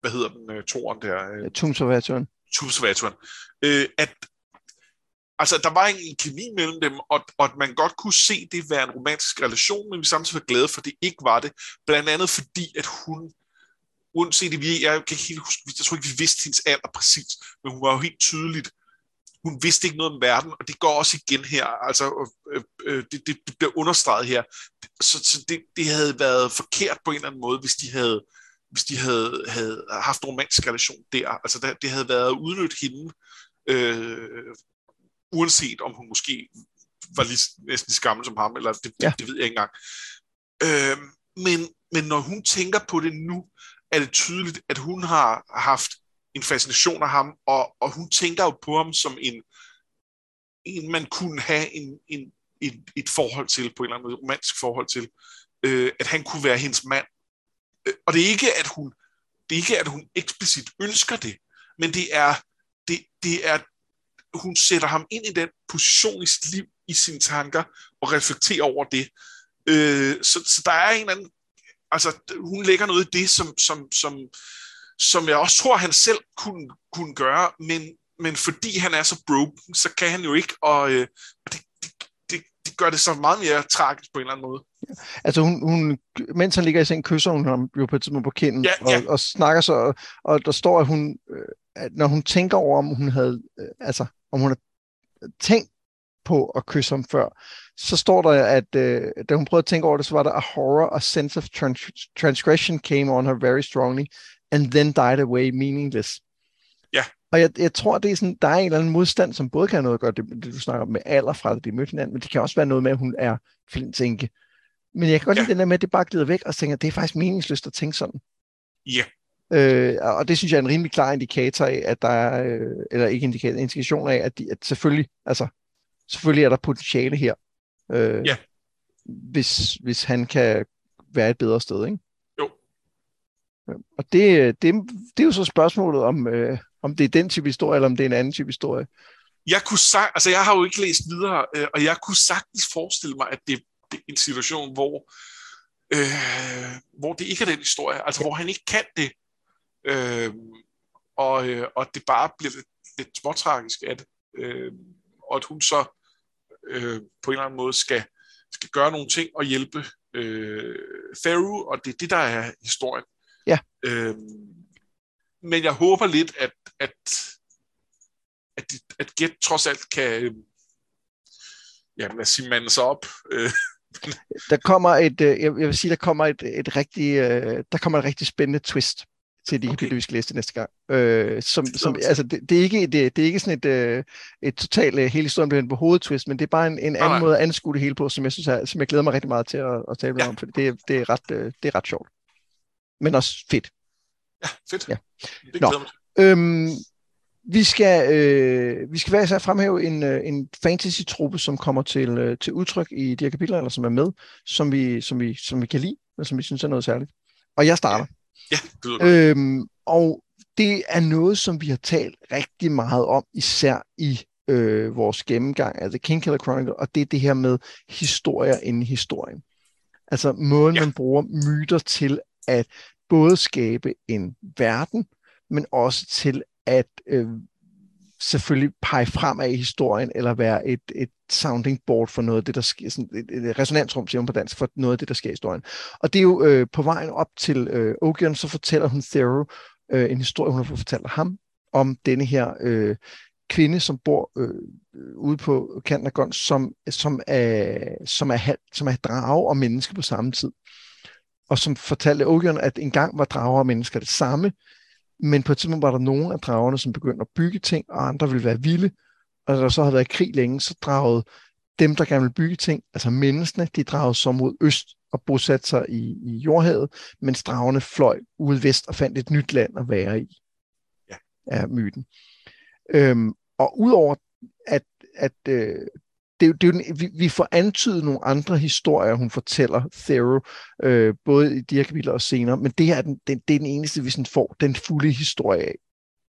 hvad hedder den, uh, toren der? Uh, Tumservaturen. Tumservaturen. Uh, at altså, der var en kemi mellem dem, og, og at man godt kunne se det være en romantisk relation, men vi samtidig var glade for, at det ikke var det. Blandt andet fordi, at hun, uanset det, vi, jeg kan ikke helt huske, jeg tror ikke, vi vidste hendes alder præcis, men hun var jo helt tydeligt, hun vidste ikke noget om verden, og det går også igen her, altså øh, øh, det, det, det bliver understreget her, så, så det, det havde været forkert på en eller anden måde, hvis de havde, hvis de havde, havde haft en romantisk relation der, altså det, det havde været at udnytte hende, øh, uanset om hun måske var lige, næsten lige så gammel som ham, eller det, ja. det, det ved jeg ikke engang. Øh, men, men når hun tænker på det nu, er det tydeligt, at hun har haft en fascination af ham, og, og hun tænker jo på ham som en, en man kunne have en, en, et, et forhold til, på en eller anden måde, et romantisk forhold til, øh, at han kunne være hendes mand. Øh, og det er ikke, at hun, det er ikke, at hun eksplicit ønsker det, men det er, det, det er, hun sætter ham ind i den position i sit liv, i sine tanker, og reflekterer over det. Øh, så, så der er en eller anden, altså hun lægger noget i det, som, som, som som jeg også tror, han selv kunne, kunne gøre, men, men fordi han er så broken, så kan han jo ikke, og øh, det, det, det gør det så meget mere tragisk på en eller anden måde. Ja. Altså hun, hun, mens han ligger i seng, kysser hun ham jo på et tidspunkt på kinden, ja, ja. Og, og snakker så, og, og der står, at hun, at når hun tænker over, om hun havde, altså om hun har tænkt på at kysse ham før, så står der, at øh, da hun prøvede at tænke over det, så var der a horror, a sense of trans- transgression came on her very strongly, and then died away meaningless. Ja. Og jeg, jeg tror, det er sådan, der er en eller anden modstand, som både kan have noget at gøre, det, det du snakker om med alder fra, det de mødte hinanden, men det kan også være noget med, at hun er flintænke. Men jeg kan godt ja. lide den der med, at det bare glider væk, og tænker, at det er faktisk meningsløst at tænke sådan. Ja. Øh, og det synes jeg er en rimelig klar indikator af, at der er, øh, eller ikke indikator, indikation af, at, de, at selvfølgelig, altså, selvfølgelig er der potentiale her. Øh, ja. hvis, hvis han kan være et bedre sted, ikke? Jo. Og det, det, det er jo så spørgsmålet om, øh, om det er den type historie, eller om det er en anden type historie. Jeg kunne sagt, altså jeg har jo ikke læst videre, øh, og jeg kunne sagtens forestille mig, at det, det er en situation, hvor, øh, hvor det ikke er den historie, altså ja. Hvor han ikke kan det, øh, og, øh, og det bare bliver lidt, lidt småtragisk af det, øh, og at hun så øh, på en eller anden måde skal, skal gøre nogle ting og hjælpe øh, Theroux, og det er det, der er historien. Ja. Øh, men jeg håber lidt, at, at, at, at Get trods alt kan øh, ja, lad os sige, mande sig op. Øh. Der kommer et, jeg vil sige, der kommer et, et rigtig, der kommer et rigtig spændende twist til de okay. kapitel, vi skal læse det næste gang. Øh, som, som, altså, det, det, er ikke, det, det er ikke sådan et, et, et totalt hele historien bliver på hovedtwist, men det er bare en, en anden nej. måde at anskue det hele på, som jeg synes er, som jeg glæder mig rigtig meget til at, at tale med ja. om, for det, det, er ret, det er ret sjovt. Men også fedt. Ja, fedt. Ja. Det glæder mig. Øhm, vi skal øh, vi skal være så fremhæve en en fantasy-truppe, som kommer til øh, til udtryk i de her kapitler, eller som er med, som vi som vi som vi kan lide, og som vi synes er noget særligt. Og jeg starter. Ja, det lyder øhm, og det er noget, som vi har talt rigtig meget om, især i øh, vores gennemgang af The Kingkiller Chronicle, og det er det her med historier inden i historien. Altså måden, ja. man bruger myter til at både skabe en verden, men også til at øh, selvfølgelig pege fremad i historien, eller være et, et sounding board for noget af det, der sker, sådan et, et resonansrum, siger man på dansk, for noget af det, der sker i historien. Og det er jo øh, på vejen op til øh, Ogion, så fortæller hun Theroux øh, en historie, hun har fået fortalt ham, om denne her øh, kvinde, som bor øh, ude på kanten af Gons, som, som, er, som, er, som er drage og menneske på samme tid. Og som fortalte Ogion, at engang var drager og mennesker det samme, men på et tidspunkt var der nogle af dragerne, som begyndte at bygge ting, og andre ville være vilde. Og da der så havde været krig længe, så dragede dem, der gerne ville bygge ting, altså menneskene, de dragede så mod øst og bosatte sig i, i jordhavet, mens dragerne fløj ud vest og fandt et nyt land at være i. Ja. Er myten. Øhm, og udover at, at øh, det, det er jo den, vi, vi får antydet nogle andre historier, hun fortæller Theroux, øh, både i de her kapitler og senere, men det her er den, det, det er den eneste, vi sådan får den fulde historie af.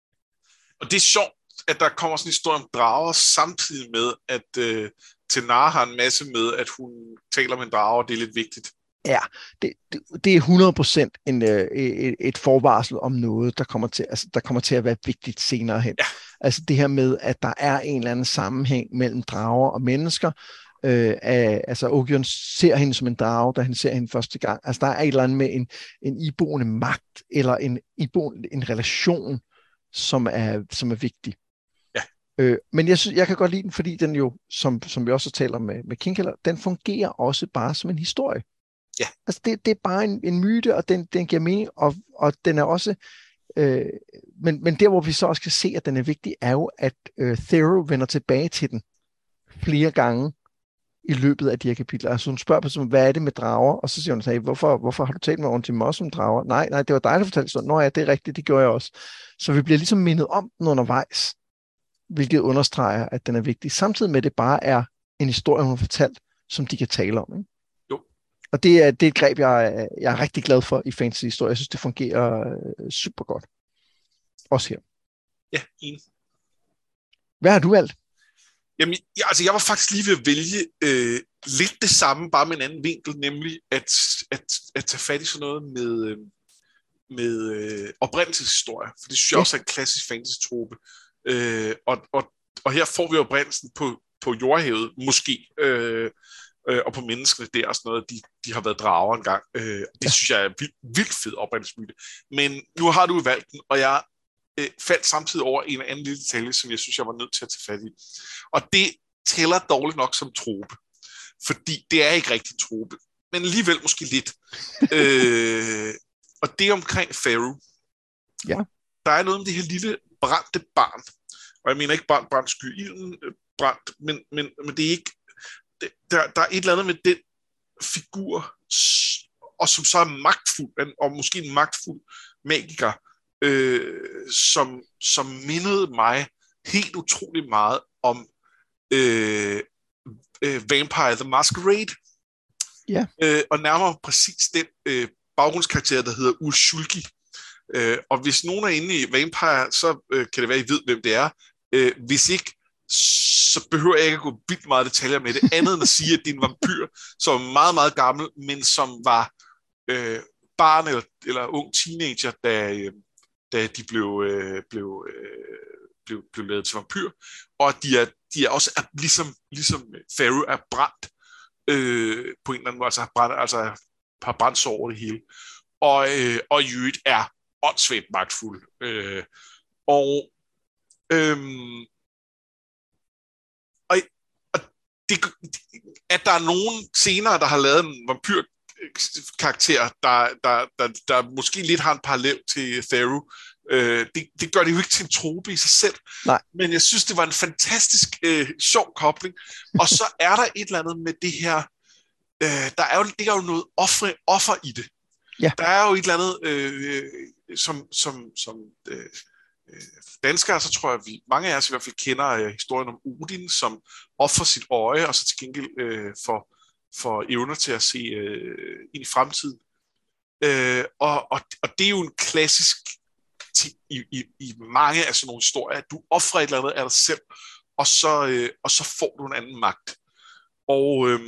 Og det er sjovt, at der kommer sådan en historie om drager, samtidig med, at øh, Tenar har en masse med, at hun taler med en drage, og det er lidt vigtigt. Ja, det, det, det er hundrede procent en, øh, et, et forvarsel om noget, der kommer, til, altså, der kommer til at være vigtigt senere hen. Ja. Altså det her med, at der er en eller anden sammenhæng mellem drager og mennesker. Øh, af, altså Ogion ser hende som en drage, da han ser hende første gang. Altså der er et eller andet med en, en iboende magt, eller en, iboende, en relation, som er, som er vigtig. Ja. Øh, men jeg, synes, jeg kan godt lide den, fordi den jo, som, som vi også taler med, med Kingkiller, den fungerer også bare som en historie. Ja. Altså det, det er bare en, en myte, og den, den giver mening, og, og den er også... Øh, men, men der, hvor vi så også kan se, at den er vigtig, er jo, at øh, Theroux vender tilbage til den flere gange i løbet af de her kapitler. Altså hun spørger på, hvad er det med drager? Og så siger hun, hey, hvorfor, hvorfor har du talt med Ontimos om drager? Nej, nej, det var dig, der fortalte sådan. Nå ja, det er rigtigt, det gjorde jeg også. Så vi bliver ligesom mindet om den undervejs, hvilket understreger, at den er vigtig. Samtidig med, at det bare er en historie, hun har fortalt, som de kan tale om. Ikke? Og det er, det er et greb, jeg, jeg er rigtig glad for i fantasy-historie. Jeg synes, det fungerer øh, super godt. Også her. Ja, enig. Hvad har du valgt? Jamen, jeg, altså, jeg var faktisk lige ved at vælge øh, lidt det samme, bare med en anden vinkel, nemlig at, at, at tage fat i sådan noget med, øh, med øh, oprindelseshistorie. For det synes jeg ja. også er en klassisk fantasy-trope. Øh, og, og, og her får vi oprindelsen på, på jordhavet, måske. Øh, Øh, og på menneskene der og sådan noget, de, de har været drager engang. Øh, det ja. synes jeg er vildt, vildt fed oprindelsesmyte. Men nu har du valgt den, og jeg øh, faldt samtidig over en anden lille detalje, som jeg synes, jeg var nødt til at tage fat i. Og det tæller dårligt nok som trope. Fordi det er ikke rigtig trope, men alligevel måske lidt. øh, og det er omkring Theroux. Ja. Der er noget om det her lille brændte barn. Og jeg mener ikke brændt, brændt sky ilden, brændt, men, men, men det er ikke Der, der er et eller andet med den figur, og som så er magtfuld, og måske en magtfuld magiker, øh, som, som mindede mig helt utrolig meget om øh, øh, Vampire the Masquerade. Ja. Øh, og nærmere præcis den øh, baggrundskarakter, der hedder Urshulgi. Øh, og hvis nogen er inde i Vampire, så øh, kan det være, at I ved, hvem det er. Øh, hvis ikke, så behøver jeg ikke at gå vildt meget detaljer med det, andet end at sige, at det er en vampyr, som er meget, meget gammel, men som var øh, barn eller, eller ung teenager, da, øh, da de blev, øh, blev, øh, blev, blev lavet til vampyr. Og de er, de er også er, ligesom, ligesom Theroux er brændt øh, på en eller anden måde, altså har brændt, altså har brændt så over det hele. Og, øh, og Jyt er åndssvagt magtfuld. Øh, og øh, Det, at der er nogen senere, der har lavet en vampyrkarakter, der, der, der, der måske lidt har en parallel til Theroux, øh, det, det gør det jo ikke til en trope i sig selv. Nej. Men jeg synes, det var en fantastisk øh, sjov kobling. Og så er der et eller andet med det her, øh, der er jo, det er jo noget offer, offer i det. Ja. Der er jo et eller andet, øh, som, som, som øh, danskere, så tror jeg, at vi, mange af os i hvert fald kender øh, historien om Odin, som offer sit øje, og så til gengæld øh, for, for evner til at se øh, ind i fremtiden. Øh, og, og, og det er jo en klassisk ting i, i, i mange af sådan nogle historier, at du offrer et eller andet af dig selv, og så, øh, og så får du en anden magt. Og, øh,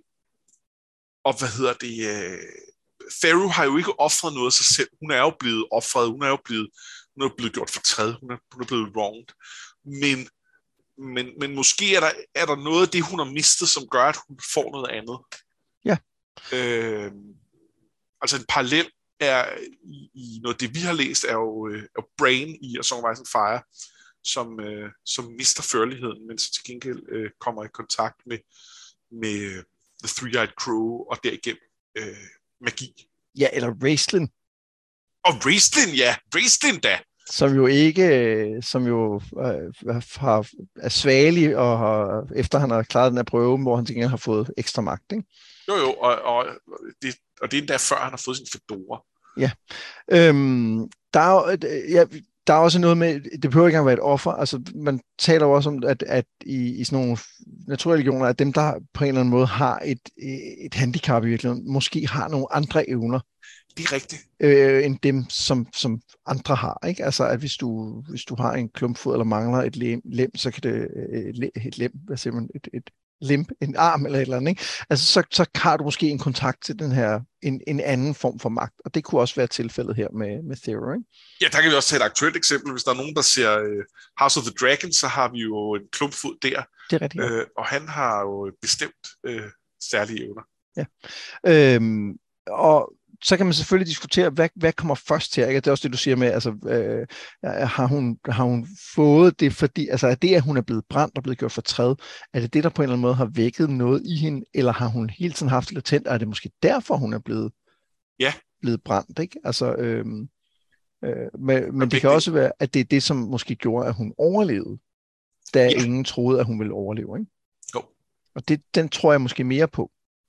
og hvad hedder det... Øh, Theroux har jo ikke offret noget af sig selv. Hun er jo blevet offret, hun er jo blevet Hun er blevet gjort fortræd, hun er, hun er blevet wronged. Men, men, men måske er der, er der noget af det, hun har mistet, som gør, at hun får noget andet. Ja. Øh, altså en parallel er i, i noget det, vi har læst, er jo, er jo Brain i A Song of Ice and Fire, som, øh, som mister førligheden, men så til gengæld øh, kommer i kontakt med, med The Three-Eyed Crow, og derigennem øh, magi. Ja, eller Raistlin. Og Raistlin, ja. Raistlin da. Som jo ikke, som jo øh, har, er svagelig, og har, efter han har klaret den her prøve, hvor han til gengæld har fået ekstra magt, ikke? Jo, jo, og, og, det, og det er endda før, han har fået sin fedora. Ja. Øhm, der, er, ja, der er også noget med, det behøver ikke engang være et offer, altså man taler jo også om, at, at i, i sådan nogle naturreligioner, at dem, der på en eller anden måde har et, et handicap i virkeligheden, måske har nogle andre evner. Det er rigtigt. Øh, end dem, som, som andre har, ikke? Altså, at hvis du, hvis du har en klumpfod eller mangler et lem, lem så kan det, et, et lem, hvad siger man, et, et, limp, en arm eller et eller andet, ikke? Altså, så, så har du måske en kontakt til den her, en, en anden form for magt, og det kunne også være tilfældet her med, med Thero, ikke? Ja, der kan vi også tage et aktuelt eksempel. Hvis der er nogen, der ser uh, House of the Dragon, så har vi jo en klumpfod der, det er rigtigt, ja. uh, og han har jo bestemt uh, særlige evner. Ja, øhm, og så kan man selvfølgelig diskutere, hvad, hvad kommer først til, ikke? Det er også det, du siger med, altså, øh, har, hun, har hun fået det, fordi, altså, er det, at hun er blevet brændt og blevet gjort fortræd, er det det, der på en eller anden måde har vækket noget i hende, eller har hun hele tiden haft det latent, er det måske derfor, hun er blevet, ja. blevet brændt, ikke? Altså, øh, øh, men, men det kan også være, at det er det, som måske gjorde, at hun overlevede, da ja. ingen troede, at hun ville overleve, ikke? Jo. Og det, den tror jeg måske mere på.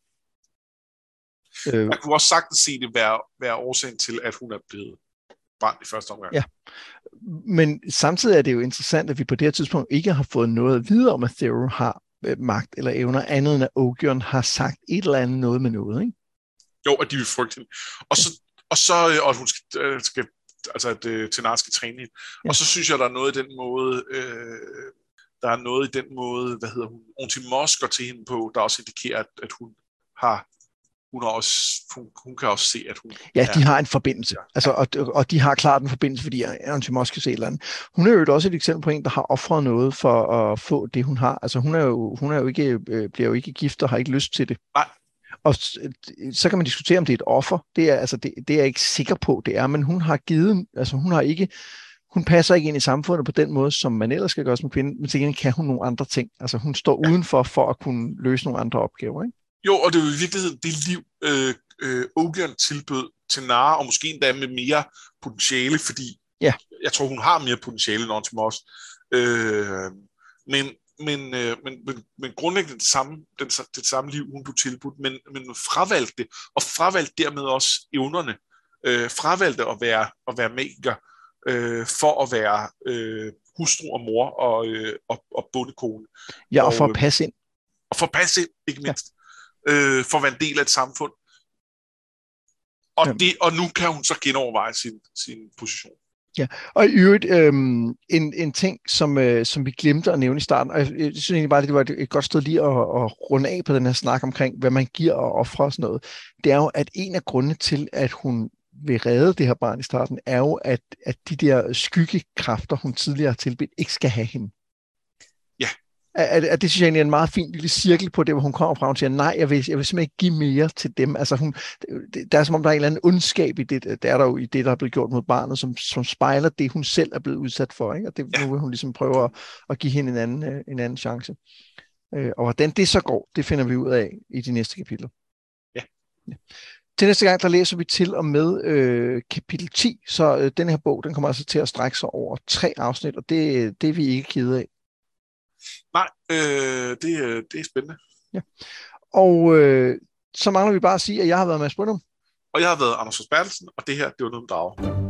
Jeg kunne også sagtens se det være, være årsagen til, at hun er blevet brændt i første omgang. Ja, men samtidig er det jo interessant, at vi på det her tidspunkt ikke har fået noget at vide om, at Thero har magt eller evner, andet end at Ogion har sagt et eller andet noget med noget, ikke? Jo, at de vil frygte hende. Og så, ja. og, så og at hun skal, skal altså at Tenar skal træne hende. Ja. Og så synes jeg, der er noget i den måde, øh, der er noget i den måde, hvad hedder hun, Ontimos går til hende på, der også indikerer, at, at hun har Hun, er også, hun, hun kan også se, at hun... Ja, de har en forbindelse. Altså, og, og de har klart en forbindelse, fordi Ontimos kan se et eller andet. Hun er jo også et eksempel på en, der har offret noget for at få det, hun har. Altså, hun er jo, hun er jo ikke, bliver jo ikke gift og har ikke lyst til det. Nej. Og så kan man diskutere, om det er et offer. Det er, altså, det, det er jeg ikke sikker på, det er. Men hun har givet... Altså, hun har ikke... Hun passer ikke ind i samfundet på den måde, som man ellers skal gøre som kvinde, men til gengæld kan hun nogle andre ting. Altså, hun står ja. udenfor for at kunne løse nogle andre opgaver, ikke? Jo, og det er jo i virkeligheden det liv, øh, øh, Ogion tilbød til Nara, og måske endda med mere potentiale, fordi ja. jeg tror, hun har mere potentiale end Ontimos. Øh, men, men, øh, men, men, men grundlæggende det samme, den, det samme liv, hun blev tilbudt, men, men fravalgte det, og fravalgte dermed også evnerne. Øh, fravalgte at være, at være magiker, øh, for at være øh, hustru og mor og, øh, og, og bondekone. Ja, og for at passe ind. Og for at passe ind, ikke mindst. Ja. Øh, for at være en del af et samfund. Og, det, og nu kan hun så genoverveje sin, sin position. Ja, og i øvrigt øhm, en, en ting, som, øh, som vi glemte at nævne i starten, og jeg, jeg synes egentlig bare, det var et, et godt sted lige at, at runde af på den her snak omkring, hvad man giver og offrer og sådan noget, det er jo, at en af grundene til, at hun vil redde det her barn i starten, er jo, at, at de der skyggekræfter, hun tidligere har tilbedt, ikke skal have hende. Ja. At, at det synes jeg egentlig er en meget fin lille cirkel på det, hvor hun kommer fra og siger, nej, jeg vil, jeg vil simpelthen ikke give mere til dem. Altså hun, det, der er som om, der er en eller anden ondskab i det, det er der jo i det, der er blevet gjort mod barnet, som, som spejler det, hun selv er blevet udsat for. Ikke? Og det, nu vil hun ligesom prøve at, at give hende en anden, en anden chance. Og hvordan det så går, det finder vi ud af i de næste kapitler. Ja. Ja. Til næste gang, der læser vi til og med øh, kapitel ti, så øh, den her bog, den kommer altså til at strække sig over tre afsnit, og det, det er vi ikke kede af. Nej, øh, det, det er spændende. Ja. Og øh, så mangler vi bare at sige, at jeg har været Mads Brynum. Og jeg har været Anders Bertelsen, og det her, det var noget med drager.